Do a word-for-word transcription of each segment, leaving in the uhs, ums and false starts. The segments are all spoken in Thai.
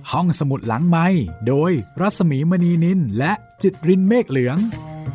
ห้องสมุดหลังไมค์โดยรัศมีมณีนินและจิตรินเมฆเหลือง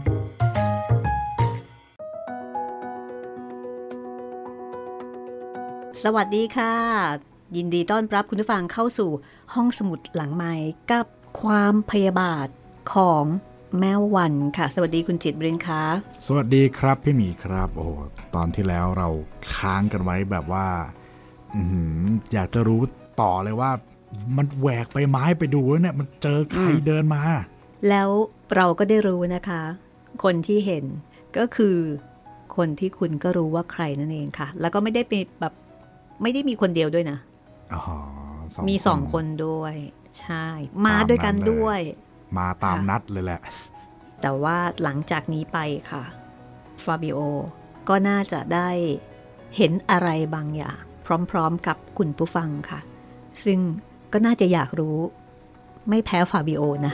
สวัสดีค่ะยินดีต้อนรับคุณผู้ฟังเข้าสู่ห้องสมุดหลังไมค์กับความพยาบาทของแม่วันค่ะสวัสดีคุณจิตรินค่ะสวัสดีครับพี่หมีครับโอ้ตอนที่แล้วเราค้างกันไว้แบบว่าอืออยากจะรู้ต่อเลยว่ามันแหวกไปไม้ไปดูเนี่ยมันเจอใครเดินมาแล้วเราก็ได้รู้นะคะคนที่เห็นก็คือคนที่คุณก็รู้ว่าใครนั่นเองค่ะแล้วก็ไม่ได้เป็นแบบไม่ได้มีคนเดียวด้วยนะอ๋อมีสองคนด้วยใช่มาด้วยกันด้วยมาตามนัดเลยแหละแต่ว่าหลังจากนี้ไปค่ะฟาบิโอก็น่าจะได้เห็นอะไรบางอย่างพร้อมๆกับคุณผู้ฟังค่ะซึ่งก็น่าจะอยากรู้ไม่แพ้ฟาบิโอนะ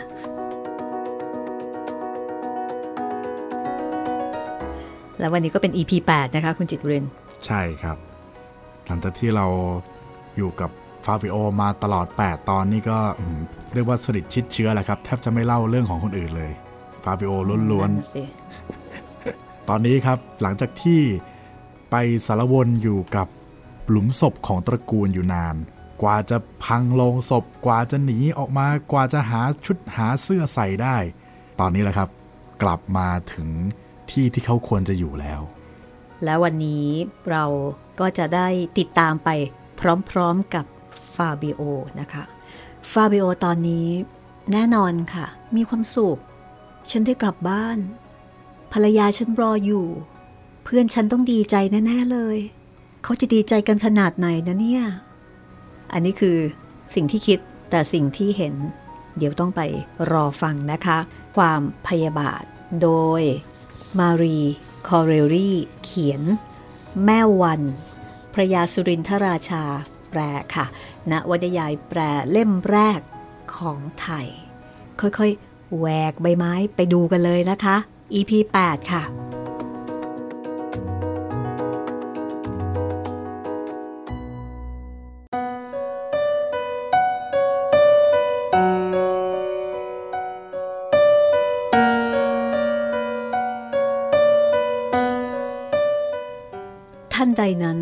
แล้ววันนี้ก็เป็น อี พี แปดนะคะคุณจิตรินใช่ครับหลังจากที่เราอยู่กับฟาบิโอมาตลอดแปดตอนนี้ก็เรียกว่าสนิทชิดเชื้อแหละครับแทบจะไม่เล่าเรื่องของคนอื่นเลยฟาบิโอล้วนๆตอนนี้ครับหลังจากที่ไปสารวนอยู่กับหลุมศพของตระกูลอยู่นานกว่าจะพังโลงศพกว่าจะหนีออกมากว่าจะหาชุดหาเสื้อใส่ได้ตอนนี้แหละครับกลับมาถึงที่ที่เขาควรจะอยู่แล้วแล้ววันนี้เราก็จะได้ติดตามไปพร้อมๆกับฟาบิโอนะคะฟาบิโอตอนนี้แน่นอนค่ะมีความสุขฉันได้กลับบ้านภรรยาฉันรออยู่เพื่อนฉันต้องดีใจแน่ๆเลยเขาจะดีใจกันขนาดไหนนะเนี่ยอันนี้คือสิ่งที่คิดแต่สิ่งที่เห็นเดี๋ยวต้องไปรอฟังนะคะความพยาบาทโดยมารีคอเรลลี่เขียนแม่วันพระยาสุรินทราชาแปลค่ะณวรรณยายแปลเล่มแรกของไทยค่อยๆแหวกใบไม้ไปดูกันเลยนะคะ อี พี แปดค่ะท่านใดนั้น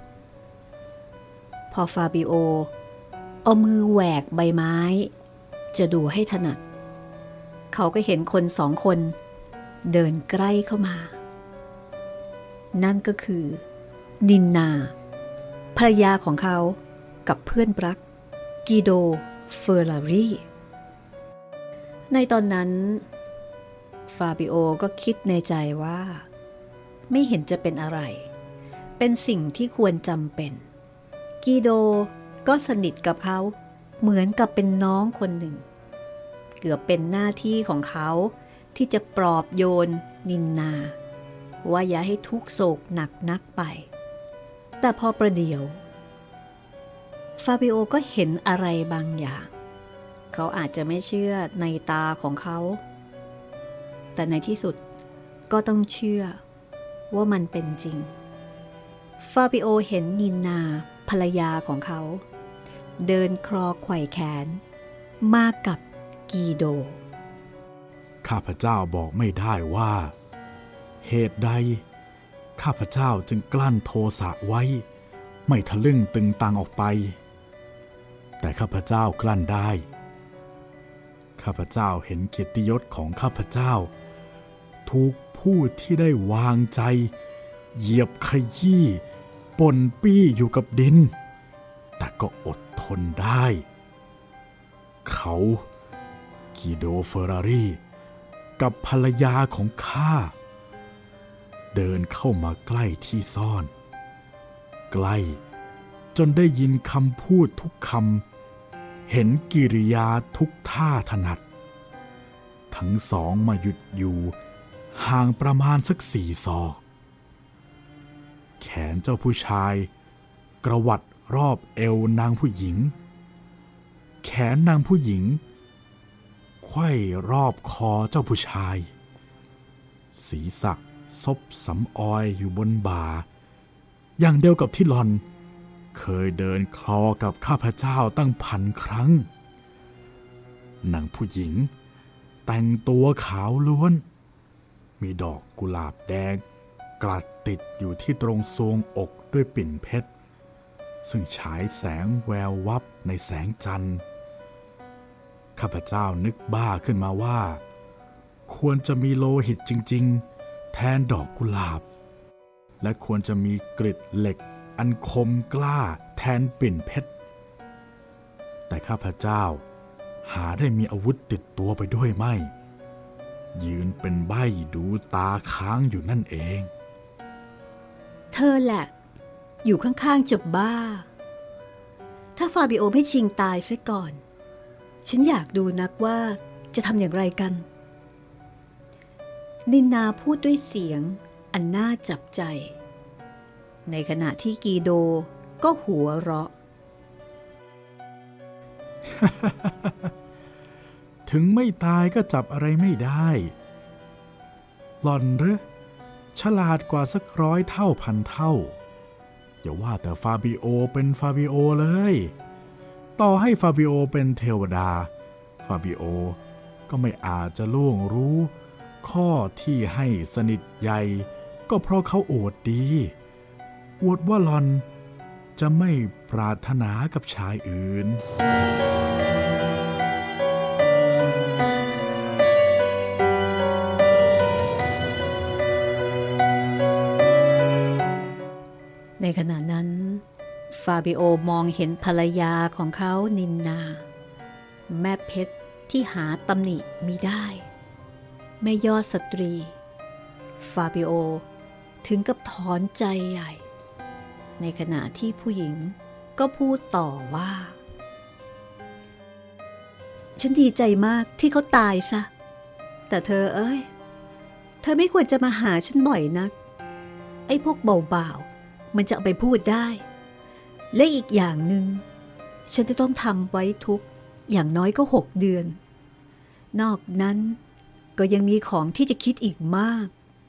พอฟาบิโอเอามือแหวกใบไม้จะดูให้ถนัดเขาก็เห็นคนสองคนเดินใกล้เข้ามานั่นก็คือนินนาภรรยาของเขากับเพื่อนรักกิโดเฟอร์รารีในตอนนั้นฟาบิโอก็คิดในใจว่าไม่เห็นจะเป็นอะไรเป็นสิ่งที่ควรจำเป็นกิโดก็สนิทกับเขาเหมือนกับเป็นน้องคนหนึ่งเกือบเป็นหน้าที่ของเขาที่จะปลอบโยนนินนาว่าอย่าให้ทุกโศกหนักนักไปแต่พอประเดี๋ยวฟาบิโอก็เห็นอะไรบางอย่างเขาอาจจะไม่เชื่อในตาของเขาแต่ในที่สุดก็ต้องเชื่อว่ามันเป็นจริงฟาบิโอเห็นนินนาภรรยาของเขาเดินคลอไขว่แขนมากับกีโดข้าพเจ้าบอกไม่ได้ว่าเหตุใดข้าพเจ้าจึงกลั้นโทสะไว้ไม่ทะลึ่งตึงตังออกไปแต่ข้าพเจ้ากลั้นได้ข้าพเจ้าเห็นเกียรติยศของข้าพเจ้าถูกผู้ที่ได้วางใจเหยียบขยี้ปนปี้อยู่กับดินแต่ก็อดทนได้เขากิโดเฟอร์รารีกับภรรยาของข้าเดินเข้ามาใกล้ที่ซ่อนใกล้จนได้ยินคำพูดทุกคำเห็นกิริยาทุกท่าถนัดทั้งสองมาหยุดอยู่ห่างประมาณสักสี่ศอกแขนเจ้าผู้ชายกระวัดรอบเอวนางผู้หญิงแขนนางผู้หญิงไขว้รอบคอเจ้าผู้ชายศีรษะซบสำออยอยู่บนบ่าอย่างเดียวกับที่หล่อนเคยเดินคลอกับข้าพเจ้าตั้งพันครั้งนางผู้หญิงแต่งตัวขาวล้วนมีดอกกุหลาบแดงกลัดติดอยู่ที่ตรงทรวงอกด้วยปิ่นเพชรซึ่งฉายแสงแวววับในแสงจันทร์ข้าพเจ้านึกบ้าขึ้นมาว่าควรจะมีโลหิตจริงๆแทนดอกกุหลาบและควรจะมีกริดเหล็กอันคมกล้าแทนปิ่นเพชรแต่ข้าพเจ้าหาได้มีอาวุธติดตัวไปด้วยไม่ยืนเป็นใบ้ดูตาค้างอยู่นั่นเองเธอแหละอยู่ข้างๆจะบ้าถ้าฟาบิโอไม่ชิงตายซะก่อนฉันอยากดูนักว่าจะทำอย่างไรกันนินนาพูดด้วยเสียงอันน่าจับใจในขณะที่กีโดก็หัวเราะถึงไม่ตายก็จับอะไรไม่ได้หล่อนหรือฉลาดกว่าสักร้อยเท่าพันเท่าอย่าว่าแต่ฟาบิโอเป็นฟาบิโอเลยต่อให้ฟาบิโอเป็นเทวดาฟาบิโอก็ไม่อาจจะล่วงรู้ข้อที่ให้สนิทใหญ่ก็เพราะเขาอวดดีอวดว่าหล่อนจะไม่ปรารถนากับชายอื่นในขณะนั้นฟาบิโอมองเห็นภรรยาของเขานินนาแม่เพชรที่หาตำหนิมิได้แม่ยอดสตรีฟาบิโอถึงกับถอนใจใหญ่ในขณะที่ผู้หญิงก็พูดต่อว่าฉันดีใจมากที่เขาตายซะแต่เธอเอ้ยเธอไม่ควรจะมาหาฉันบ่อยนักไอ้พวกเบาๆมันจะเอาไปพูดได้และอีกอย่างหนึ่งฉันจะต้องทำไว้ทุกอย่างน้อยก็หกเดือนนอกนั้นก็ยังมีของที่จะคิดอีกมาก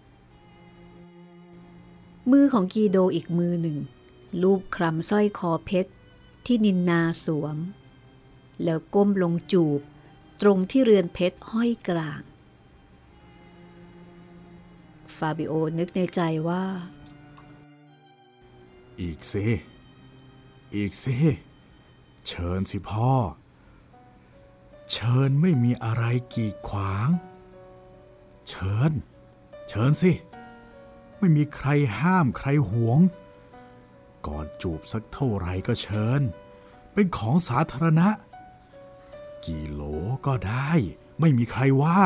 มือของกีโดอีกมือหนึ่งลูบคลำสร้อยคอเพชรที่นินนาสวมแล้วก้มลงจูบตรงที่เรือนเพชรห้อยกลางฟาบิโอนึกในใจว่าอีกสิอีกสิเชิญสิพ่อเชิญไม่มีอะไรกีดขวางเชิญเชิญสิไม่มีใครห้ามใครหวงก่อนจูบสักเท่าไรก็เชิญเป็นของสาธารณะกี่โหลก็ได้ไม่มีใครว่า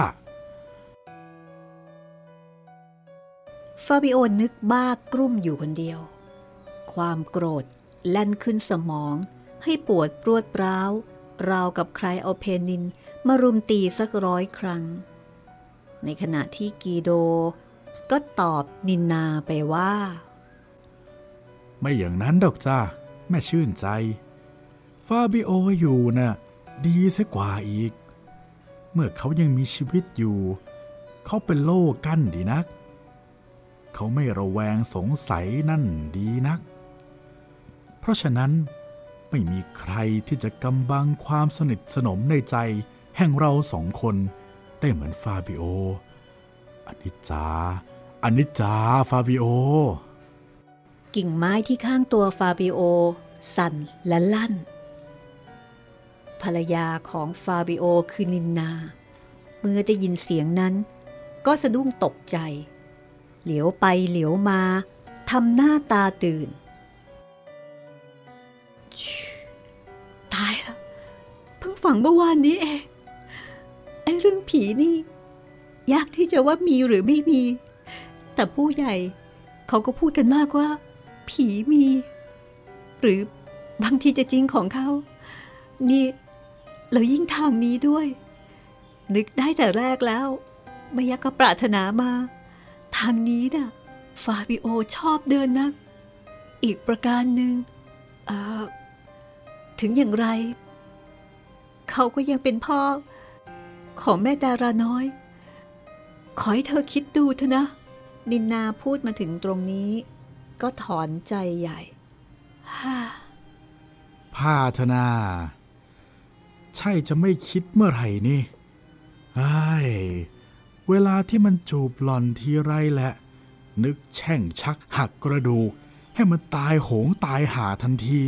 ฟาบิโอนึกบ้ากรุ่มอยู่คนเดียวความโกรธแล่นขึ้นสมองให้ปวดปรวดร้าวราวกับใครเอาเพนินมารุมตีสักร้อยครั้งในขณะที่กีโดก็ตอบนินนาไปว่าไม่อย่างนั้นดอกจ้าแม่ชื่นใจฟาบิโออยู่น่ะดีเสียกว่าอีกเมื่อเขายังมีชีวิตอยู่เขาเป็นโล่กั้นดีนักเขาไม่ระแวงสงสัยนั่นดีนักเพราะฉะนั้นไม่มีใครที่จะกำบังความสนิทสนมในใจแห่งเราสองคนได้เหมือนฟาบิโออนิจจาอนิจจาฟาบิโอกิ่งไม้ที่ข้างตัวฟาบิโอสั่นและลั่นภรรยาของฟาบิโอคือนินนาเมื่อได้ยินเสียงนั้นก็สะดุ้งตกใจเหลียวไปเหลียวมาทำหน้าตาตื่นตายแล้วเพิ่งฝังเมื่อวานนี้เองไอ้เรื่องผีนี่ยากที่จะว่ามีหรือไม่มีแต่ผู้ใหญ่เขาก็พูดกันมากว่าผีมีหรือบางทีจะจริงของเขานี่แล้วยิ่งทางนี้ด้วยนึกได้แต่แรกแล้วไม่อยากก็ปรารถนามาทางนี้น่ะฟาบิโอชอบเดินนักอีกประการหนึ่งเอ่อถึงอย่างไรเขาก็ยังเป็นพ่อของแม่ดาราน้อยขอให้เธอคิดดูเถอะนะนินนาพูดมาถึงตรงนี้ก็ถอนใจใหญ่ฮ่าพาธนาฉใช่จะไม่คิดเมื่อไหร่นี่ไอ้เวลาที่มันจูบหล่อนทีไรแหละนึกแช่งชักหักกระดูกให้มันตายโหงตายหาทันที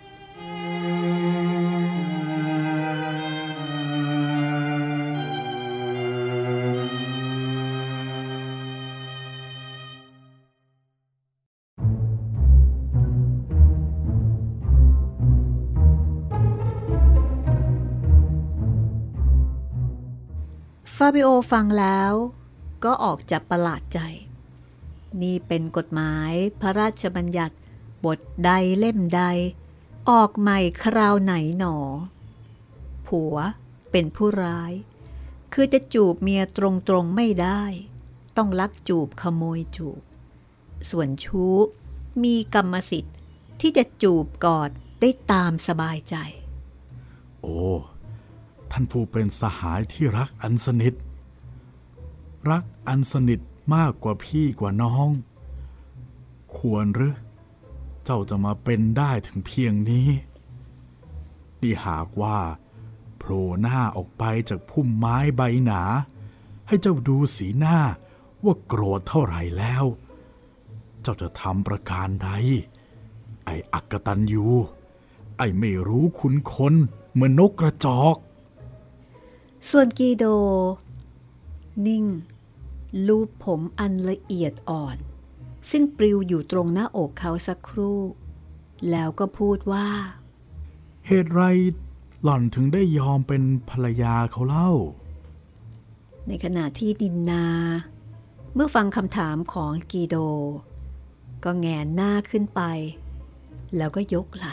ฟาบิโอฟังแล้วก็ออกจะประหลาดใจนี่เป็นกฎหมายพระราชบัญญัติบทใดเล่มใดออกใหม่คราวไหนหนอผัวเป็นผู้ร้ายคือจะจูบเมียตรงๆไม่ได้ต้องลักจูบขโมยจูบส่วนชู้มีกรรมสิทธิ์ที่จะจูบกอดได้ตามสบายใจโอ้ท่านผู้เป็นสหายที่รักอันสนิทรักอันสนิทมากกว่าพี่กว่าน้องควรหรือเจ้าจะมาเป็นได้ถึงเพียงนี้นี่หากว่าโผล่หน้าออกไปจากพุ่มไม้ใบหนาให้เจ้าดูสีหน้าว่าโกรธเท่าไหร่แล้วเจ้าจะทำประการใดไอ้อักตันยูไอ้ไม่รู้คุณคนเหมือนนกกระจอกส่วนกีโดนิ่งลูบผมอันละเอียดอ่อนซึ่งปลิวอยู่ตรงหน้าอกเขาสักครู่แล้วก็พูดว่าเหตุไรหล่อนถึงได้ยอมเป็นภรรยาเขาเล่าในขณะที่ดินนาเมื่อฟังคำถามของกีโดก็แงนหน้าขึ้นไปแล้วก็ยกไหล่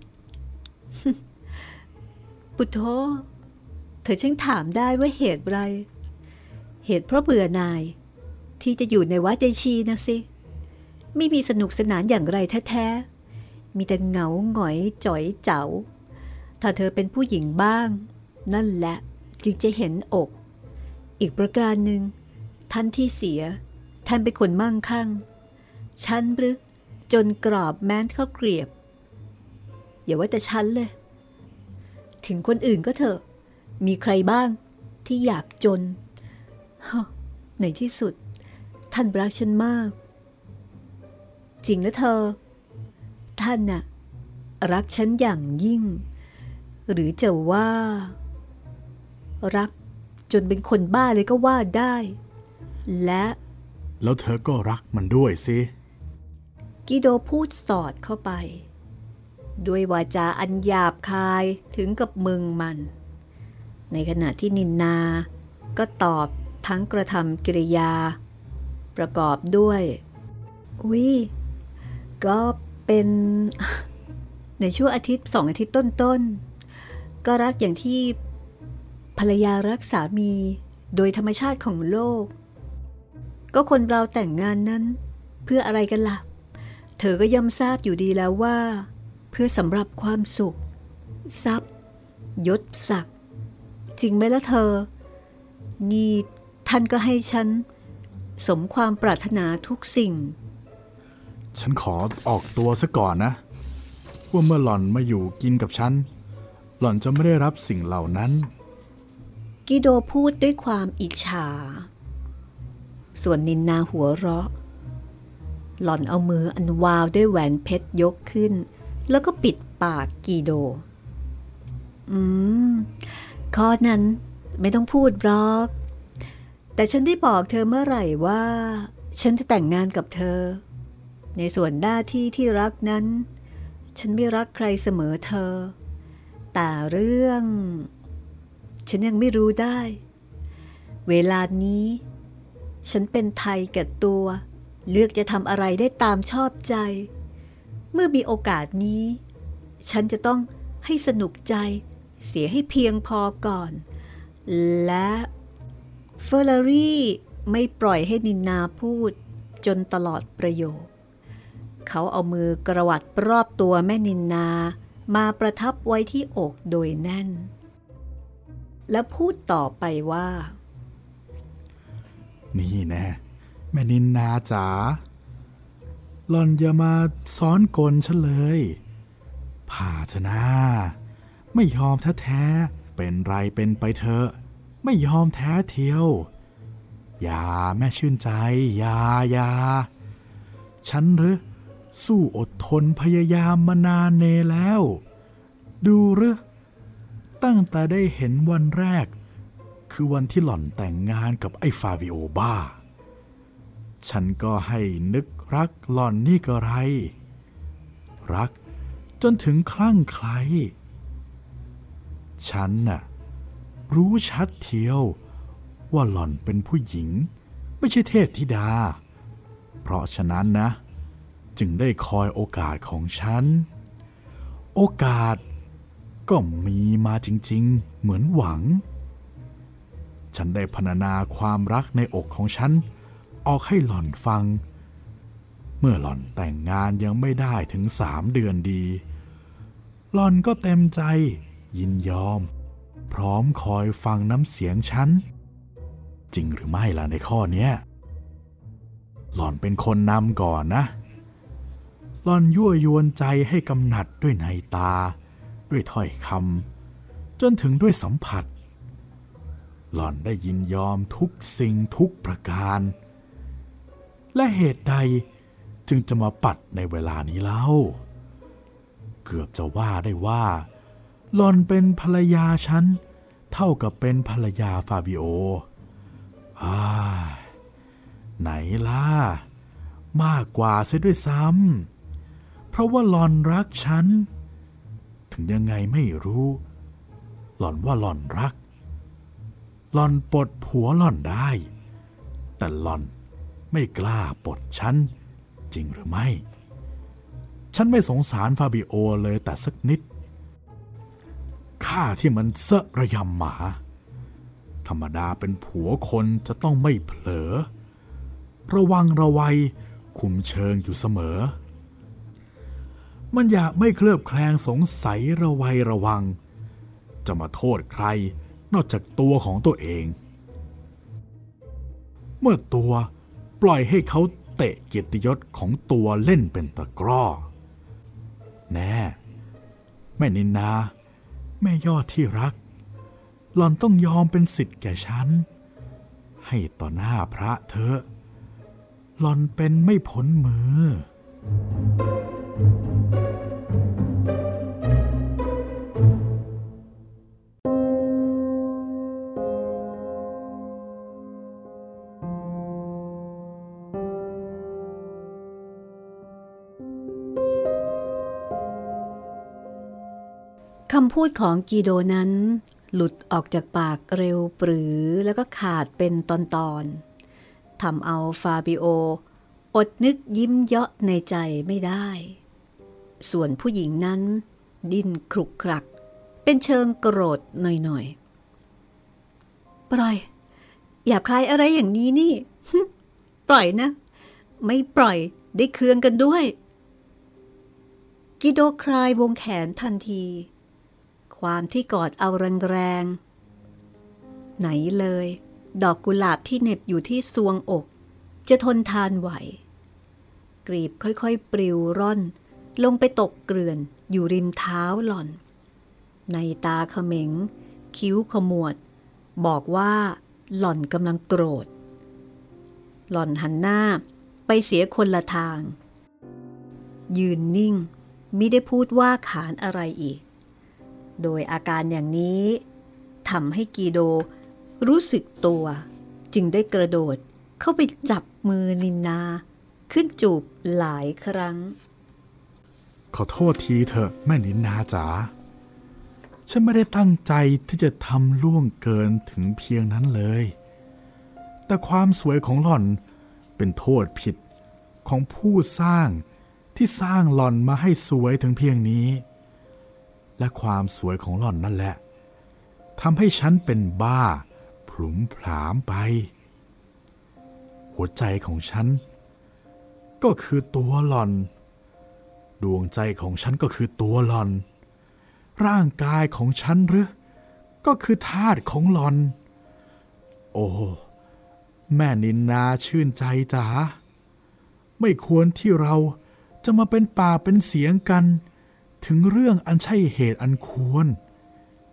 ปุโธเธอช่างถามได้ว่าเหตุไรเหตุเพราะเบื่อหน่ายที่จะอยู่ในวัดใจชีนะสิไม่มีสนุกสนานอย่างไรแท้ๆมีแต่เหงาหงอยจ่อยเจ๋าถ้าเธอเป็นผู้หญิงบ้างนั่นแหละจึงจะเห็นอกอีกประการหนึ่งท่านที่เสียท่านเป็นคนมั่งคั่งฉันหรือจนกรอบแม้นข้าวเกรียบอย่าว่าแต่ฉันเลยถึงคนอื่นก็เถอะมีใครบ้างที่อยากจนในที่สุดท่านรักฉันมากจริงนะเธอท่านน่ะรักฉันอย่างยิ่งหรือจะว่ารักจนเป็นคนบ้าเลยก็ว่าได้และแล้วเธอก็รักมันด้วยสิกิโดพูดสอดเข้าไปด้วยวาจาอันหยาบคายถึงกับมึงมันในขณะที่นินนาก็ตอบทั้งกระทำกิริยาประกอบด้วยอุ๊ยก็เป็นในช่วงอาทิตย์สองอาทิตย์ต้นๆก็รักอย่างที่ภรรยารักสามีโดยธรรมชาติของโลกก็คนเราแต่งงานนั้นเพื่ออะไรกันล่ะเธอก็ย่อมทราบอยู่ดีแล้วว่าเพื่อสำหรับความสุขทรัพย์ยศศักดิ์จริงไหมล่ะเธอนี่ท่านก็ให้ฉันสมความปรารถนาทุกสิ่งฉันขอออกตัวซะก่อนนะว่าเมื่อหล่อนมาอยู่กินกับฉันหล่อนจะไม่ได้รับสิ่งเหล่านั้นกิโดพูดด้วยความอิจฉาส่วนนินนาหัวเราะหล่อนเอามืออันวาวด้วยแหวนเพชรยกขึ้นแล้วก็ปิดปากกิโดอืมข้อนั้นไม่ต้องพูดหรอกแต่ฉันได้บอกเธอเมื่อไหร่ว่าฉันจะแต่งงานกับเธอในส่วนหน้าที่ที่รักนั้นฉันไม่รักใครเสมอเธอแต่เรื่องฉันยังไม่รู้ได้เวลานี้ฉันเป็นไทยแก่ตัวเลือกจะทำอะไรได้ตามชอบใจเมื่อมีโอกาสนี้ฉันจะต้องให้สนุกใจเสียให้เพียงพอก่อนและเฟอร์รารี่ไม่ปล่อยให้นินนาพูดจนตลอดประโยคเขาเอามือกระวัดรอบตัวแม่นินนามาประทับไว้ที่อกโดยแน่นและพูดต่อไปว่านี่แน่แม่นินนาจ๋าหล่อนอย่ามาซ้อนกลฉันเลยผ่าชนะไม่ยอมแท้เป็นไรเป็นไปเถอะไม่ยอมแท้เทียวอย่าแม่ชื่นใจอย่าอย่าฉันหรือสู้อดทนพยายามมานานเนแล้วดูหรือตั้งแต่ได้เห็นวันแรกคือวันที่หล่อนแต่งงานกับไอ้ฟาบิโอบ้าฉันก็ให้นึกรักหล่อนนี่ก็ไรรักจนถึงคลั่งไคล้ฉันน่ะรู้ชัดเทียวว่าหล่อนเป็นผู้หญิงไม่ใช่เทพธิดาเพราะฉะนั้นนะจึงได้คอยโอกาสของฉันโอกาสก็มีมาจริงๆเหมือนหวังฉันได้พรรณนาความรักในอกของฉันออกให้หล่อนฟังเมื่อหล่อนแต่งงานยังไม่ได้ถึงสามเดือนดีหล่อนก็เต็มใจยินยอมพร้อมคอยฟังน้ำเสียงฉันจริงหรือไม่ล่ะในข้อนี้หล่อนเป็นคนนำก่อนนะหล่อนยั่วยวนใจให้กำหนัดด้วยในตาด้วยถ้อยคำจนถึงด้วยสัมผัสหล่อนได้ยินยอมทุกสิ่งทุกประการและเหตุใดจึงจะมาปัดในเวลานี้เล่าเกือบจะว่าได้ว่าหล่อนเป็นภรรยาฉันเท่ากับเป็นภรรยาฟาบิโออ่าไหนล่ะมากกว่าเสียด้วยซ้ำเพราะว่าหล่อนรักฉันถึงยังไงไม่รู้หล่อนว่าหล่อนรักหล่อนปลดผัวหล่อนได้แต่หล่อนไม่กล้าปลดฉันจริงหรือไม่ฉันไม่สงสารฟาบิโอเลยแต่สักนิดข้าที่มันเสะระยำหมาธรรมดาเป็นผัวคนจะต้องไม่เผลอระวังระวัยคุมเชิงอยู่เสมอมันอยากไม่เคลือบแคลงสงสัยระวัยระวังจะมาโทษใครนอกจากตัวของตัวเองเมื่อตัวปล่อยให้เขาเตะเกียรติยศของตัวเล่นเป็นตะกร้อแน่แม่นินนาแม่ยอดที่รักหล่อนต้องยอมเป็นศิษย์แก่ฉันให้ต่อหน้าพระเถอะหล่อนเป็นไม่พ้นมือคำพูดของกีโดนั้นหลุดออกจากปากเร็วปรือแล้วก็ขาดเป็นตอนๆทำเอาฟาบิโออดนึกยิ้มเยาะในใจไม่ได้ส่วนผู้หญิงนั้นดิ้นครุกครักเป็นเชิงโกรธหน่อยๆปล่อยหยาบคายอะไรอย่างนี้นี่ ปล่อยนะไม่ปล่อยได้เคืองกันด้วยกิโดคลายวงแขนทันทีความที่กอดเอาแรงๆไหนเลยดอกกุหลาบที่เหน็บอยู่ที่ซวงอกจะทนทานไหวกลีบค่อยๆปลิวร่อนลงไปตกเกลื่อนอยู่ริมเท้าหล่อนในตาเขม็งคิ้วขมวดบอกว่าหล่อนกำลังโกรธหล่อนหันหน้าไปเสียคนละทางยืนนิ่งมิได้พูดว่าขานอะไรอีกโดยอาการอย่างนี้ทำให้กีโดรู้สึกตัวจึงได้กระโดดเข้าไปจับมือนินนาขึ้นจูบหลายครั้งขอโทษทีเถอะแม่นินนาจ๋าฉันไม่ได้ตั้งใจที่จะทำล่วงเกินถึงเพียงนั้นเลยแต่ความสวยของหล่อนเป็นโทษผิดของผู้สร้างที่สร้างหล่อนมาให้สวยถึงเพียงนี้และความสวยของหล่อนนั่นแหละทำให้ฉันเป็นบ้าพลุ่มผลามไปหัวใจของฉันก็คือตัวหล่อนดวงใจของฉันก็คือตัวหล่อนร่างกายของฉันหรือก็คือธาตุของหล่อนโอ้แม่นินนาชื่นใจจ๋าไม่ควรที่เราจะมาเป็นปากเป็นเสียงกันถึงเรื่องอันใช่เหตุอันควร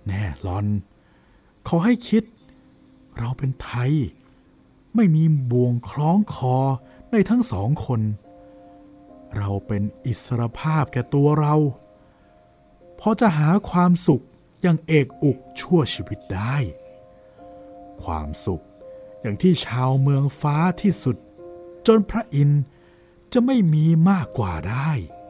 แน่ลอนขอให้คิดเราเป็นไทยไม่มีบ่วงคล้องคอในทั้งสองคนเราเป็นอิสรภาพแก่ตัวเราพอจะหาความสุขอย่างเอกอุกชั่วชีวิตได้ความสุขอย่างที่ชาวเมืองฟ้าที่สุดจนพระอินทร์จะไม่มีมากกว่าได้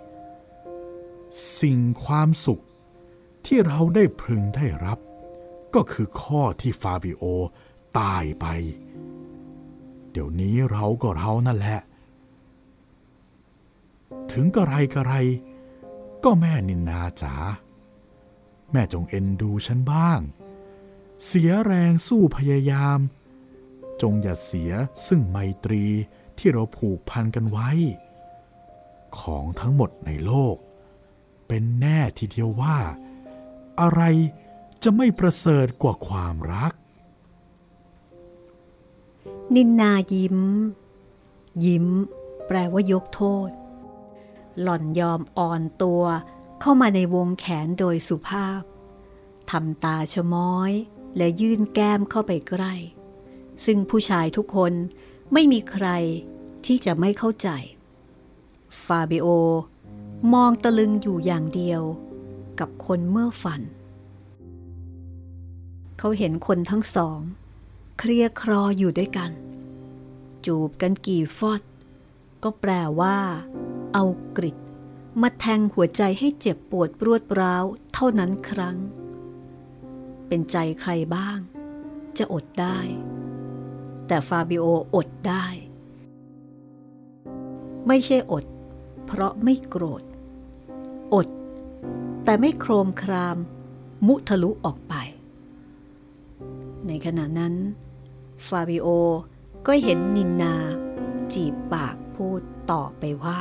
สิ่งความสุขที่เราได้พึงได้รับก็คือข้อที่ฟาบิโอตายไปเดี๋ยวนี้เราก็เรานั่นแหละถึงกระไรกระไรก็แม่นินนาจ๋าแม่จงเอ็นดูฉันบ้างเสียแรงสู้พยายามจงอย่าเสียซึ่งไมตรีที่เราผูกพันกันไว้ของทั้งหมดในโลกเป็นแน่ทีเดียวว่าอะไรจะไม่ประเสริฐกว่าความรักนินนายิ้มยิ้มแปลว่ายกโทษหล่อนยอมอ่อนตัวเข้ามาในวงแขนโดยสุภาพทำตาชะม้อยและยื่นแก้มเข้าไปใกล้ซึ่งผู้ชายทุกคนไม่มีใครที่จะไม่เข้าใจฟาบิโอมองตะลึงอยู่อย่างเดียวกับคนเมื่อฝันเขาเห็นคนทั้งสองเคลียร์ครออยู่ด้วยกันจูบกันกี่ฟอดก็แปลว่าเอากริดมาแทงหัวใจให้เจ็บปวดรวดร้าวเท่านั้นครั้งเป็นใจใครบ้างจะอดได้แต่ฟาบิโออดได้ไม่ใช่อดเพราะไม่โกรธอดแต่ไม่โครมครามมุทะลุออกไปในขณะนั้นฟาบิโอก็เห็นนินนาจีบปากพูดต่อไปว่า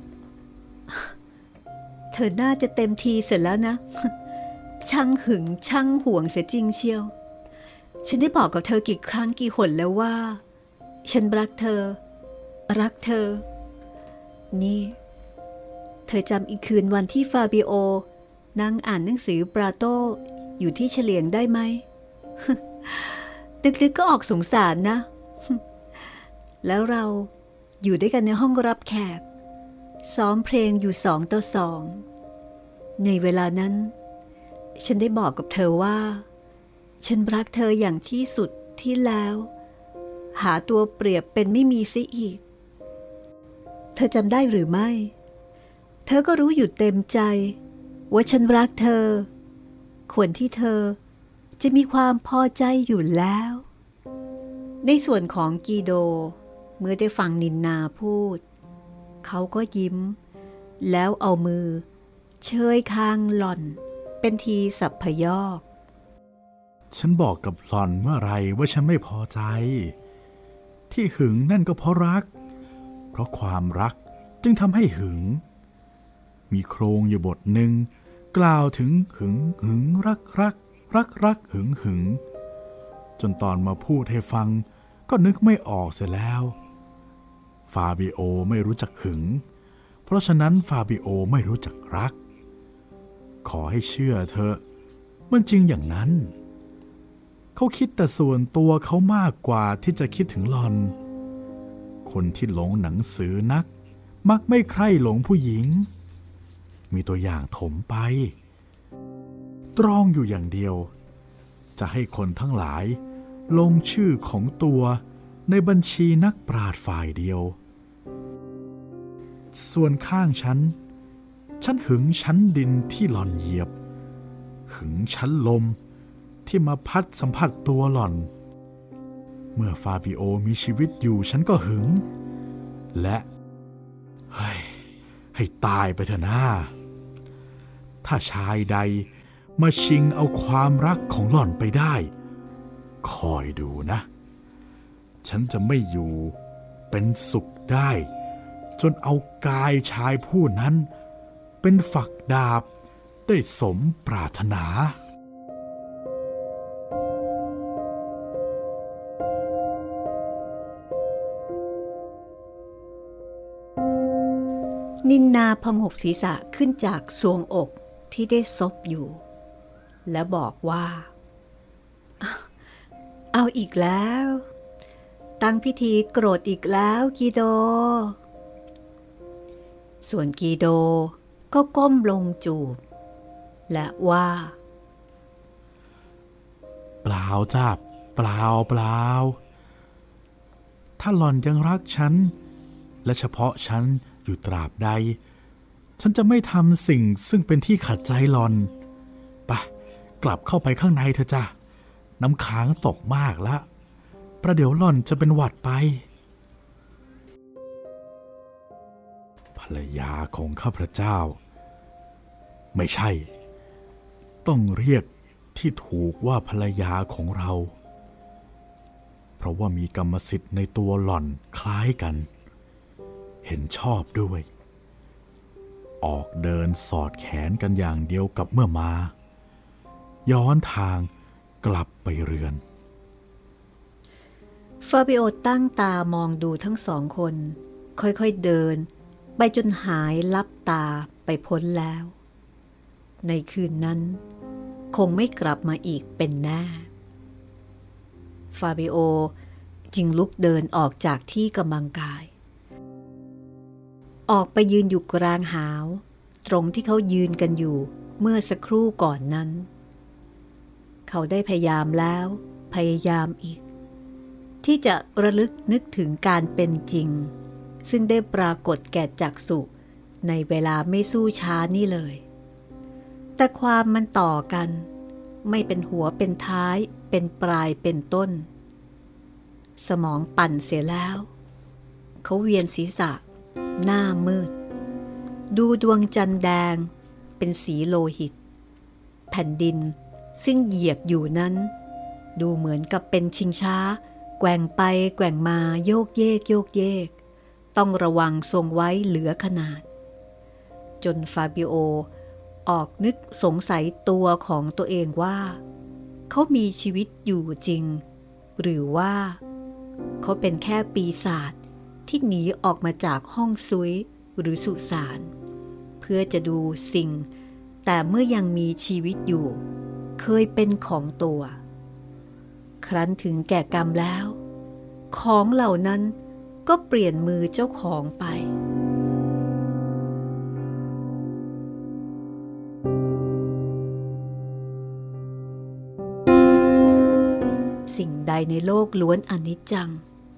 เธอน่าจะเต็มทีเสร็จแล้วนะช่างหึงช่างห่วงเสียจริงเชียวฉันได้บอกกับเธอกี่ครั้งกี่หนแล้วว่าฉันรักเธอรักเธอนี่เธอจำอีกคืนวันที่ฟาบิโอนั่งอ่านหนังสือปราโตอยู่ที่เฉลียงได้ไหมนึกๆก็ออกสงสารนะแล้วเราอยู่ด้วยกันในห้องรับแขกซ้อมเพลงอยู่สองต่อสองในเวลานั้นฉันได้บอกกับเธอว่าฉันรักเธออย่างที่สุดที่แล้วหาตัวเปรียบเป็นไม่มีซิอีกเธอจำได้หรือไม่เธอก็รู้อยู่เต็มใจว่าฉันรักเธอควรที่เธอจะมีความพอใจอยู่แล้วในส่วนของกีโดเมื่อได้ฟังนินนาพูดเขาก็ยิ้มแล้วเอามือเชยคางหล่อนเป็นทีสัพพยอกฉันบอกกับหล่อนเมื่อไรว่าฉันไม่พอใจที่หึงนั่นก็เพราะรักเพราะความรักจึงทำให้หึงมีโครงอยู่บทหนึ่งกล่าวถึงหึงหึงรักรักรักรักหึงหึงจนตอนมาพูดให้ฟังก็นึกไม่ออกเสียแล้วฟาบิโอไม่รู้จักหึงเพราะฉะนั้นฟาบิโอไม่รู้จักรักขอให้เชื่อเถอะมันจริงอย่างนั้นเขาคิดแต่ส่วนตัวเขามากกว่าที่จะคิดถึงหล่อนคนที่หลงหนังสือนักมักไม่ใคร่หลงผู้หญิงมีตัวอย่างถมไปตรองอยู่อย่างเดียวจะให้คนทั้งหลายลงชื่อของตัวในบัญชีนักปราชญ์ฝ่ายเดียวส่วนข้างฉันฉันหึงชั้นดินที่หล่อนเหยียบหึงชั้นลมที่มาพัดสัมผัสตัวหล่อนเมื่อฟาบิโอมีชีวิตอยู่ฉันก็หึงและเฮ้ยให้ตายไปเถอะนะถ้าชายใดมาชิงเอาความรักของหล่อนไปได้คอยดูนะฉันจะไม่อยู่เป็นสุขได้จนเอากายชายผู้นั้นเป็นฝักดาบได้สมปรารถนานินนาพงกศีรษะขึ้นจากทรวงอกที่ได้ซบอยู่และบอกว่าเอาอีกแล้วตั้งพิธีโกรธอีกแล้วกีโดส่วนกีโดก็ก้มลงจูบและว่าเปล่าจ้าเปล่าเปล่าถ้าหล่อนยังรักฉันและเฉพาะฉันอยู่ตราบใดฉันจะไม่ทำสิ่งซึ่งเป็นที่ขัดใจหล่อนไปกลับเข้าไปข้างในเถอะจ้ะน้ำค้างตกมากแล้วประเดี๋ยวหล่อนจะเป็นหวัดไปภรรยาของข้าพเจ้าไม่ใช่ต้องเรียกที่ถูกว่าภรรยาของเราเพราะว่ามีกรรมสิทธิ์ในตัวหล่อนคล้ายกันเห็นชอบด้วยออกเดินสอดแขนกันอย่างเดียวกับเมื่อมาย้อนทางกลับไปเรือนฟาบิโอตั้งตามองดูทั้งสองคนค่อยๆเดินไปจนหายลับตาไปพ้นแล้วในคืนนั้นคงไม่กลับมาอีกเป็นแน่ฟาบิโอจึงลุกเดินออกจากที่กำลังกายออกไปยืนอยู่กลางหาวตรงที่เขายืนกันอยู่เมื่อสักครู่ก่อนนั้นเขาได้พยายามแล้วพยายามอีกที่จะระลึกนึกถึงการเป็นจริงซึ่งได้ปรากฏแก่จักษุในเวลาไม่สู้ช้านี่เลยแต่ความมันต่อกันไม่เป็นหัวเป็นท้ายเป็นปลายเป็นต้นสมองปั่นเสียแล้วเขาเวียนศีรษะหน้ามืดดูดวงจันทร์แดงเป็นสีโลหิตแผ่นดินซึ่งเหยียบอยู่นั้นดูเหมือนกับเป็นชิงช้าแกว่งไปแกว่งมาโยกเยกโยกเยกต้องระวังทรงไว้เหลือขนาดจนฟาบิโอออกนึกสงสัยตัวของตัวเองว่าเขามีชีวิตอยู่จริงหรือว่าเขาเป็นแค่ปีศาจที่หนีออกมาจากห้องซุยหรือสุสานเพื่อจะดูสิ่งแต่เมื่อยังมีชีวิตอยู่เคยเป็นของตัวครั้นถึงแก่กรรมแล้วของเหล่านั้นก็เปลี่ยนมือเจ้าของไปสิ่งใดในโลกล้วนอนิจจัง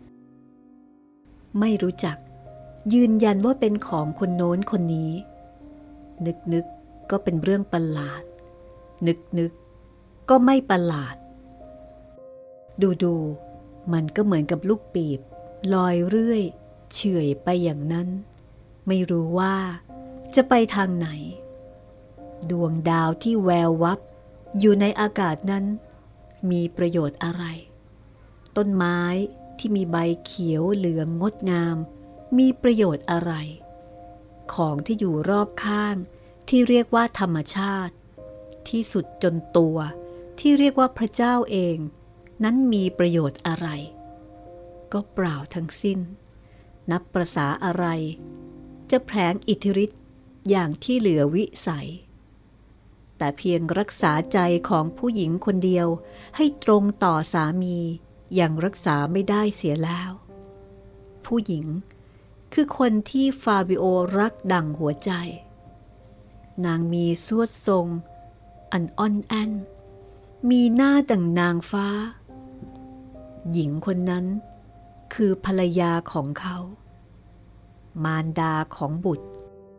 ไม่รู้จักยืนยันว่าเป็นของคนโน้นคนนี้นึกนึกก็เป็นเรื่องประหลาดนึกนึกก็ไม่ประหลาดดูดูมันก็เหมือนกับลูกปีบลอยเรื่อยเฉื่อยไปอย่างนั้นไม่รู้ว่าจะไปทางไหนดวงดาวที่แวววับอยู่ในอากาศนั้นมีประโยชน์อะไรต้นไม้ที่มีใบเขียวเหลืองงดงามมีประโยชน์อะไรของที่อยู่รอบข้างที่เรียกว่าธรรมชาติที่สุดจนตัวที่เรียกว่าพระเจ้าเองนั้นมีประโยชน์อะไรก็เปล่าทั้งสิ้นนับประสาอะไรจะแผลงอิทธิฤทธิ์อย่างที่เหลือวิสัยแต่เพียงรักษาใจของผู้หญิงคนเดียวให้ตรงต่อสามียังรักษาไม่ได้เสียแล้วผู้หญิงคือคนที่ฟาบิโอรักดั่งหัวใจนางมีสวดทรงอันอ่อนแอนมีหน้าดั่งนางฟ้าหญิงคนนั้นคือภรรยาของเขามารดาของบุตร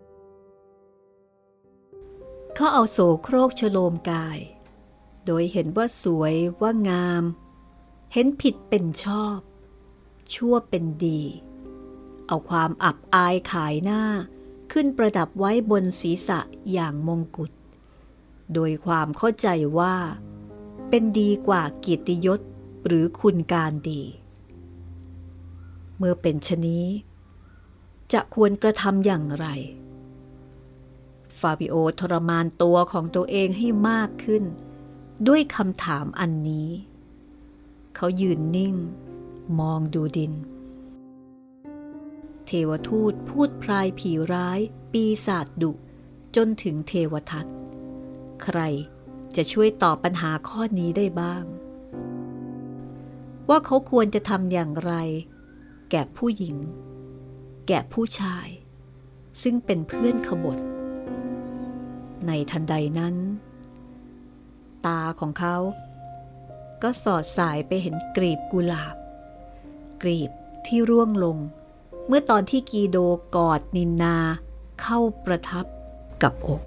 เขาเอาโสโครกโฉโลมกายโดยเห็นว่าสวยว่างามเห็นผิดเป็นชอบชั่วเป็นดีเอาความอับอายขายหน้าขึ้นประดับไว้บนศีรษะอย่างมงกุฎโดยความเข้าใจว่าเป็นดีกว่าเกียรติยศหรือคุณการดีเมื่อเป็นชะนี้จะควรกระทำอย่างไรฟาบิโอทรมานตัวของตัวเองให้มากขึ้นด้วยคำถามอันนี้เขายืนนิ่งมองดูดินเทวทูตพูดพรายผีร้ายปีศาจดุจนถึงเทวทัตใครจะช่วยตอบปัญหาข้อนี้ได้บ้างว่าเขาควรจะทำอย่างไรแก่ผู้หญิงแก่ผู้ชายซึ่งเป็นเพื่อนขบฏในทันใดนั้นตาของเขาก็สอดสายไปเห็นกลีบกุหลาบกลีบที่ร่วงลงเมื่อตอนที่กีโดกอดนินนาเข้าประทับกับอก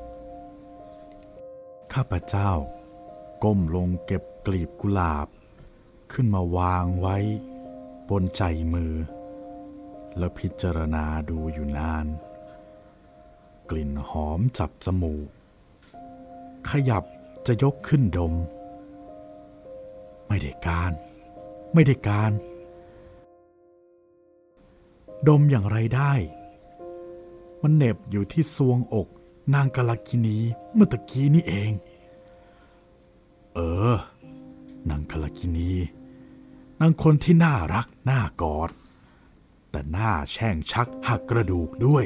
ข้าพเจ้าก้มลงเก็บกลีบกุหลาบขึ้นมาวางไว้บนใจมือแล้วพิจารณาดูอยู่นานกลิ่นหอมจับจมูกขยับจะยกขึ้นดมไม่ได้การไม่ได้การดมอย่างไรได้มันเหน็บอยู่ที่ซวงอกนางกาลกินีเมื่อตะกี้นี่เองเออนางกาลกินีนางคนที่น่ารักน่ากอดแต่หน้าแช่งชักหักกระดูกด้วย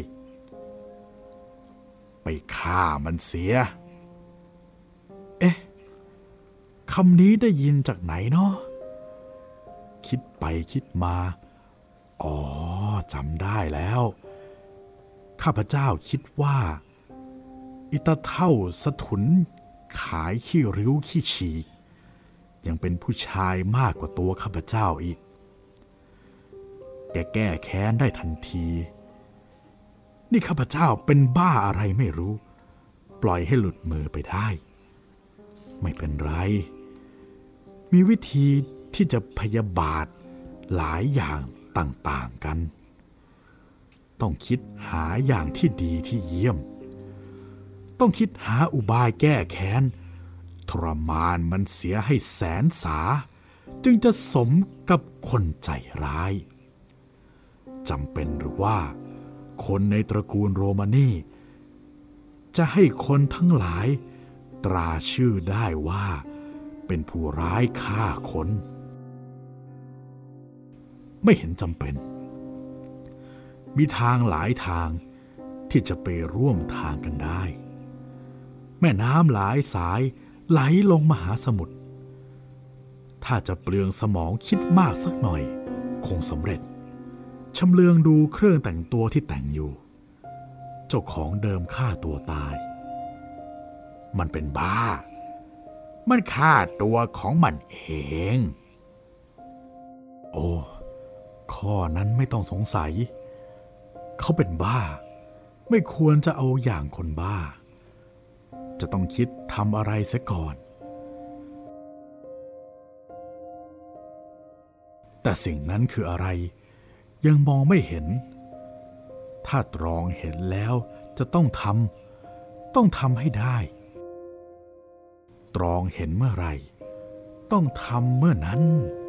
ไปฆ่ามันเสียเอ๊ะคำนี้ได้ยินจากไหนเนาะคิดไปคิดมาอ๋อจำได้แล้วข้าพเจ้าคิดว่าอิตาเท่าสะทุนขายขี้ริ้วขี้ฉีกยังเป็นผู้ชายมากกว่าตัวข้าพเจ้าอีกแกแก้แค้นได้ทันทีนี่ข้าพเจ้าเป็นบ้าอะไรไม่รู้ปล่อยให้หลุดมือไปได้ไม่เป็นไรมีวิธีที่จะพยาบาทหลายอย่างต่างๆกันต้องคิดหาอย่างที่ดีที่เยี่ยมต้องคิดหาอุบายแก้แค้นทรมานมันเสียให้แสนสาจึงจะสมกับคนใจร้ายจำเป็นหรือว่าคนในตระกูลโรมานีจะให้คนทั้งหลายตราชื่อได้ว่าเป็นผู้ร้ายฆ่าคนไม่เห็นจำเป็นมีทางหลายทางที่จะไปร่วมทางกันได้แม่น้ำหลายสายไหลลงมหาสมุทรถ้าจะเปลืองสมองคิดมากสักหน่อยคงสำเร็จชำเลืองดูเครื่องแต่งตัวที่แต่งอยู่เจ้าของเดิมฆ่าตัวตายมันเป็นบ้ามันฆ่าตัวของมันเองโอ้ข้อนั้นไม่ต้องสงสัยเขาเป็นบ้าไม่ควรจะเอาอย่างคนบ้าจะต้องคิดทำอะไรเสียก่อนแต่สิ่งนั้นคืออะไรยังมองไม่เห็นถ้าตรองเห็นแล้วจะต้องทำต้องทำให้ได้ตรองเห็นเมื่อไรต้องทำเมื่อนั้น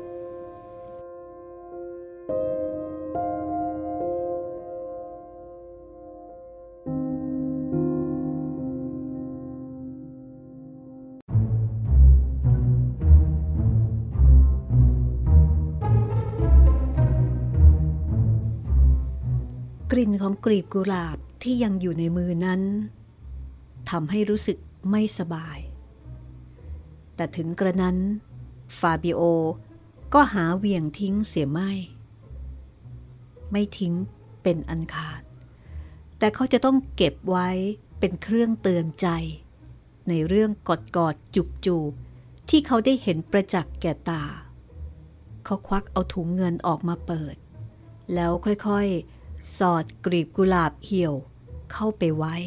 กลิ่นของกลีบกุหลาบที่ยังอยู่ในมือนั้นทำให้รู้สึกไม่สบายแต่ถึงกระนั้นฟาบิโอก็หาเหวี่ยงทิ้งเสียไม่ไม่ทิ้งเป็นอันขาดแต่เขาจะต้องเก็บไว้เป็นเครื่องเตือนใจในเรื่องกอดกอดจูบจูบที่เขาได้เห็นประจักษ์แก่ตาเขาควักเอาถุงเงินออกมาเปิดแล้วค่อยๆสอดกลีบกุหลาบเหี่ยวเข้าไปไว้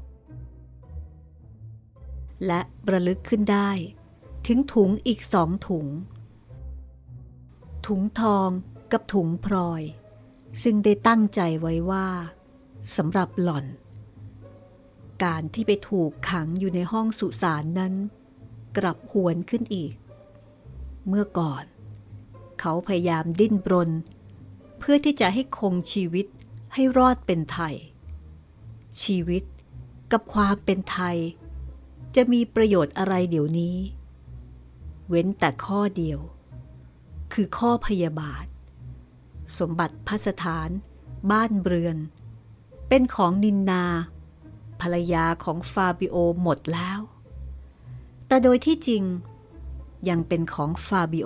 และระลึกขึ้นได้ถึงถุงอีกสองถุงถุงทองกับถุงพลอยซึ่งได้ตั้งใจไว้ว่าสำหรับหล่อนการที่ไปถูกขังอยู่ในห้องสุสานนั้นกลับหวนขึ้นอีกเมื่อก่อนเขาพยายามดิ้นรนเพื่อที่จะให้คงชีวิตให้รอดเป็นไทยชีวิตกับความเป็นไทยจะมีประโยชน์อะไรเดี๋ยวนี้เว้นแต่ข้อเดียวคือข้อพยาบาทสมบัติพัสถานบ้านเรือนเป็นของนินนาภรรยาของฟาบิโอหมดแล้วแต่โดยที่จริงยังเป็นของฟาบิโอ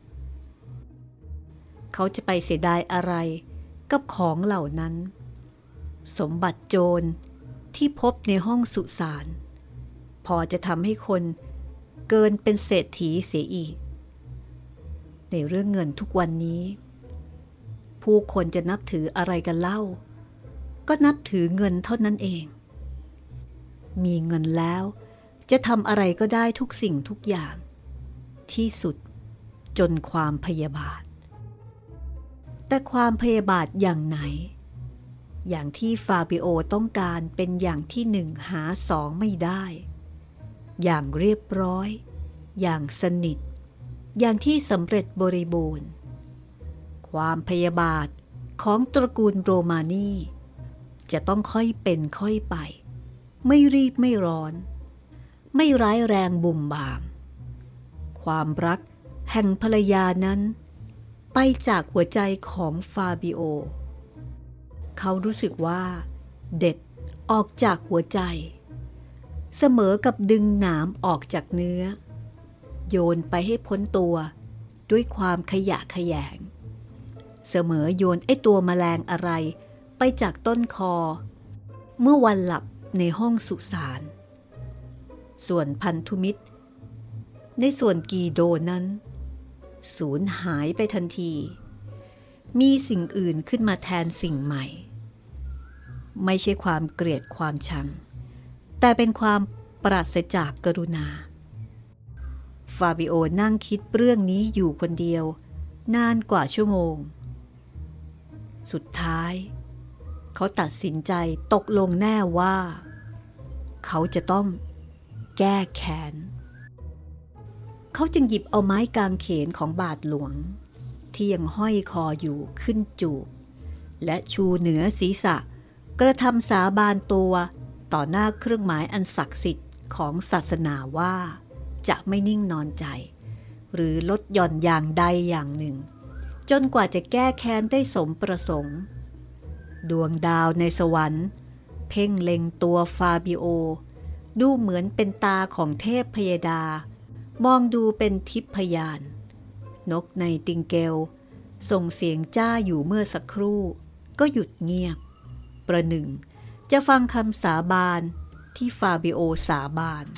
เขาจะไปเสียดายอะไรกับของเหล่านั้นสมบัติโจรที่พบในห้องสุสานพอจะทำให้คนเกินเป็นเศรษฐีเสียอีกในเรื่องเงินทุกวันนี้ผู้คนจะนับถืออะไรกันเล่าก็นับถือเงินเท่านั้นเองมีเงินแล้วจะทำอะไรก็ได้ทุกสิ่งทุกอย่างที่สุดจนความพยาบาทแต่ความพยาบาทอย่างไหนอย่างที่ฟาบิโอต้องการเป็นอย่างที่หนึ่งหาสองไม่ได้อย่างเรียบร้อยอย่างสนิทอย่างที่สำเร็จบริบูรณ์ความพยาบาทของตระกูลโรมานีจะต้องค่อยเป็นค่อยไปไม่รีบไม่ร้อนไม่ร้ายแรงบุ่มบ่ามความรักแห่งภรรยานั้นไปจากหัวใจของฟาบิโอเขารู้สึกว่าเด็ดออกจากหัวใจเสมอกับดึงหนามออกจากเนื้อโยนไปให้พ้นตัวด้วยความขยะแขยงเสมอโยนไอ้ตัวแมลงอะไรไปจากต้นคอเมื่อวันหลับในห้องสุสานส่วนพันธุมิตรในส่วนกีโดนั้นสูญหายไปทันทีมีสิ่งอื่นขึ้นมาแทนสิ่งใหม่ไม่ใช่ความเกลียดความชังแต่เป็นความปราศจากกรุณาฟาบิโอนั่งคิดเรื่องนี้อยู่คนเดียวนานกว่าชั่วโมงสุดท้ายเขาตัดสินใจตกลงแน่ว่าเขาจะต้องแก้แค้นเขาจึงหยิบเอาไม้กางเขนของบาทหลวงที่ยังห้อยคออยู่ขึ้นจูบและชูเหนือศีรษะกระทำสาบานตัวต่อหน้าเครื่องหมายอันศักดิ์สิทธิ์ของศาสนาว่าจะไม่นิ่งนอนใจหรือลดหย่อนอย่างใดอย่างหนึ่งจนกว่าจะแก้แค้นได้สมประสงค์ดวงดาวในสวรรค์เพ่งเล็งตัวฟาบิโอดูเหมือนเป็นตาของเทพพยดามองดูเป็นทิพยานนกในติงเกลส่งเสียงจ้าอยู่เมื่อสักครู่ก็หยุดเงียบประหนึ่งจะฟังคำสาบานที่ฟาบิโอสาบาน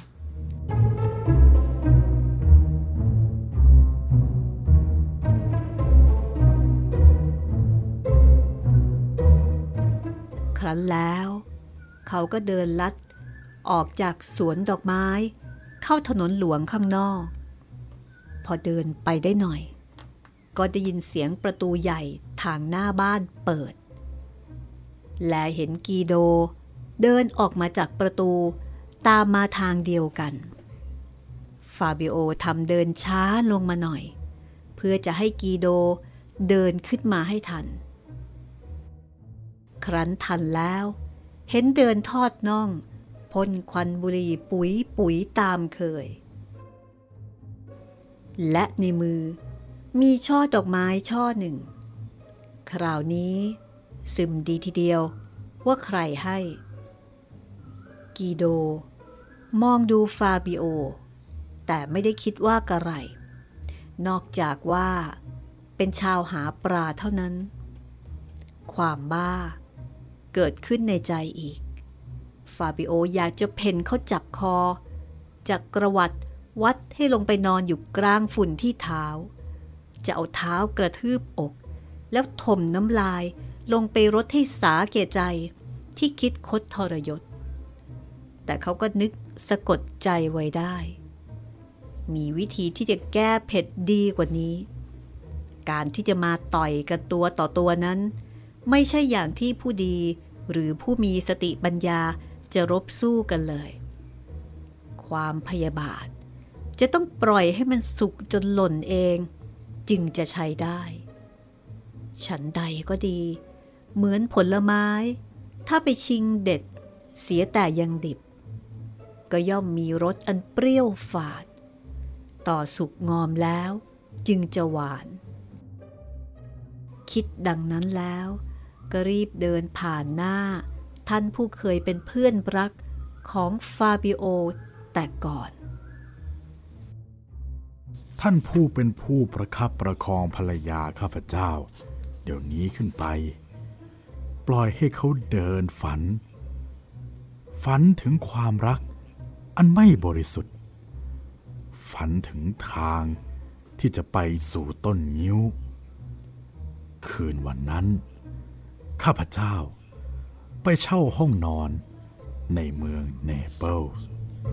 ครั้นแล้วเขาก็เดินลัดออกจากสวนดอกไม้เข้าถนนหลวงข้างนอกพอเดินไปได้หน่อยก็ได้ยินเสียงประตูใหญ่ทางหน้าบ้านเปิดและเห็นกีโดเดินออกมาจากประตูตามมาทางเดียวกันฟาบิโอทำเดินช้าลงมาหน่อยเพื่อจะให้กีโดเดินขึ้นมาให้ทันครั้นทันแล้วเห็นเดินทอดน่องพ่นควันบุหรี่ปุ๋ยปุ๋ยตามเคยและในมือมีช่อดอกไม้ช่อหนึ่งคราวนี้ซึมดีทีเดียวว่าใครให้กีโดมองดูฟาบิโอแต่ไม่ได้คิดว่ากระไรนอกจากว่าเป็นชาวหาปลาเท่านั้นความบ้าเกิดขึ้นในใจอีกฟาบิโออยากจะเพ่นเขาจับคอจากกระวัดวัดให้ลงไปนอนอยู่กลางฝุ่นที่เท้าจะเอาเท้ากระทืบอกแล้วถมน้ำลายลงไปรดให้สาแก่ใจที่คิดคดทรยศแต่เขาก็นึกสะกดใจไว้ได้มีวิธีที่จะแก้เผ็ดดีกว่านี้การที่จะมาต่อยกันตัวต่อตัวนั้นไม่ใช่อย่างที่ผู้ดีหรือผู้มีสติปัญญาจะรบสู้กันเลยความพยาบาทจะต้องปล่อยให้มันสุกจนหล่นเองจึงจะใช้ได้ฉันใดก็ดีเหมือนผลไม้ถ้าไปชิงเด็ดเสียแต่ยังดิบก็ย่อมมีรสอันเปรี้ยวฝาดต่อสุกงอมแล้วจึงจะหวานคิดดังนั้นแล้วก็รีบเดินผ่านหน้าท่านผู้เคยเป็นเพื่อนรักของฟาบิโอแต่ก่อนท่านผู้เป็นผู้ประคับประคองภรรยาข้าพเจ้าเดี๋ยวนี้ขึ้นไปปล่อยให้เขาเดินฝันฝันถึงความรักอันไม่บริสุทธิ์ฝันถึงทางที่จะไปสู่ต้นงิ้วคืนวันนั้นข้าพเจ้าไปเช่าห้องนอนในเมืองเนเปิลส์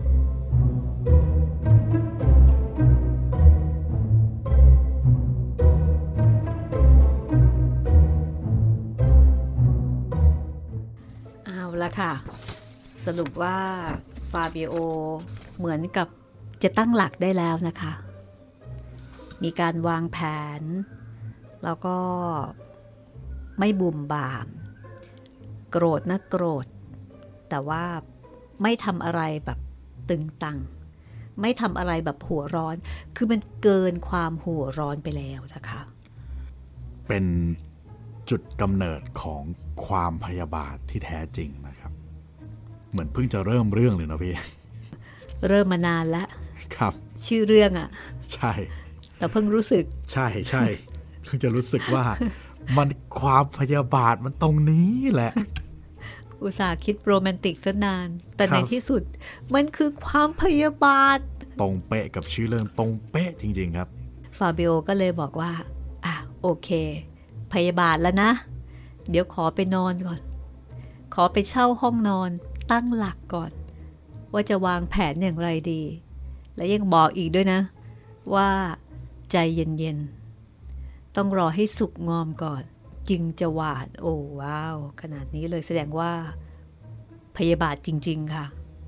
เอาละค่ะสรุปว่าฟาบิโอเหมือนกับจะตั้งหลักได้แล้วนะคะมีการวางแผนแล้วก็ไม่บุ่มบ่ามโกรธนะโกรธแต่ว่าไม่ทำอะไรแบบตึงตังไม่ทำอะไรแบบหัวร้อนคือมันเกินความหัวร้อนไปแล้วนะคะเป็นจุดกำเนิดของความพยาบาทที่แท้จริงนะครับเหมือนเพิ่งจะเริ่มเรื่องเลยนะพี่เริ่มมานานแล้วครับชื่อเรื่องอ่ะใช่แต่เพิ่งรู้สึกใช่ใช่เพิ่งจะรู้สึกว่ามันความพยาบาทมันตรงนี้แหละอุตส่าห์คิดโรแมนติกซะนานแต่ในที่สุดมันคือความพยาบาทตรงเป๊ะกับชื่อเรื่องตรงเป๊ะจริงๆครับฟาบิโอก็เลยบอกว่าอ่ะโอเคพยาบาทแล้วนะเดี๋ยวขอไปนอนก่อนขอไปเช่าห้องนอนตั้งหลักก่อนว่าจะวางแผนอย่างไรดีและยังบอกอีกด้วยนะว่าใจเย็นๆต้องรอให้สุกงอมก่อนจึงจะหวาดโอ้ว้าวขนาดนี้เลยแสดงว่าพยาบาทจริงๆค่ะ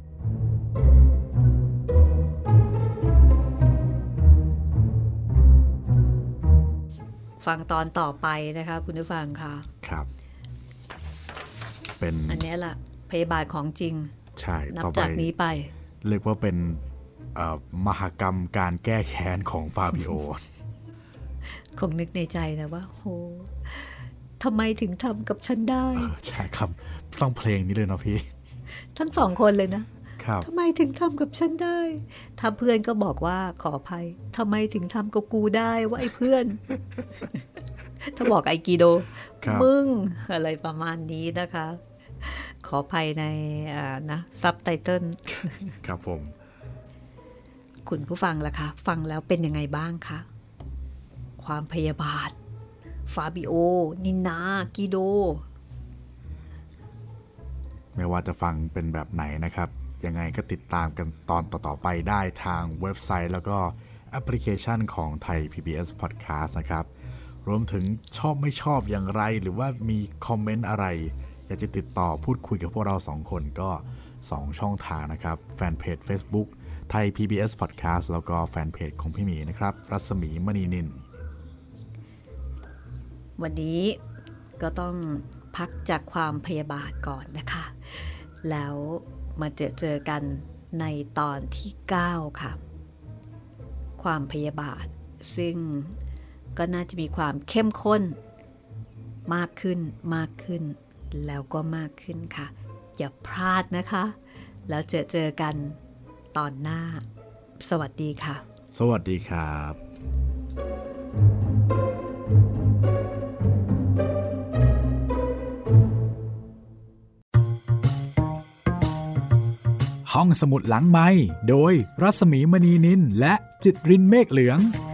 ฟังตอนต่อไปนะคะคุณผู้ฟังค่ะครับเป็นอันนี้แหละพยาบาทของจริงใช่นับจากนี้ไปเรียกว่าเป็นมหกรรมการแก้แค้นของฟาบิโอคงนึกในใจนะว่าโหทำไมถึงทำกับฉันได้ใช่ครับต้องเพลงนี้เลยเนาะพี่ทั้งสองคนเลยนะครับทำไมถึงทำกับฉันได้ถ้าเพื่อนก็บอกว่าขออภัยทำไมถึงทำกับกูได้ว่าไอ้เพื่อน ถ้าบอกไอ้กีโดมึงอะไรประมาณนี้นะคะขออภัยในนะซับไตเติลครับผมคุณผู้ฟังล่ะคะฟังแล้วเป็นยังไงบ้างคะความพยาบาทฟาบิโอนินากิโดไม่ว่าจะฟังเป็นแบบไหนนะครับยังไงก็ติดตามกันตอนต่อๆไปได้ทางเว็บไซต์แล้วก็แอปพลิเคชันของไทย พี บี เอส Podcast นะครับรวมถึงชอบไม่ชอบอย่างไรหรือว่ามีคอมเมนต์อะไรอยากจะติดต่อพูดคุยกับพวกเราสองคนก็สองช่องทางนะครับแฟนเพจ Facebook ไทย พี บี เอส Podcast แล้วก็แฟนเพจของพี่หมีนะครับรัศมีมณีนินวันนี้ก็ต้องพักจากความพยาบาทก่อนนะคะแล้วมาเจอเจอกันในตอนที่เก้าค่ะความพยาบาทซึ่งก็น่าจะมีความเข้มข้นมากขึ้นมากขึ้นแล้วก็มากขึ้นค่ะอย่าพลาดนะคะแล้วเจอเจอกันตอนหน้าสวัสดีค่ะสวัสดีครับห้องสมุดหลังไมค์โดยรัศมีมณีนินและจิตรินเมฆเหลือง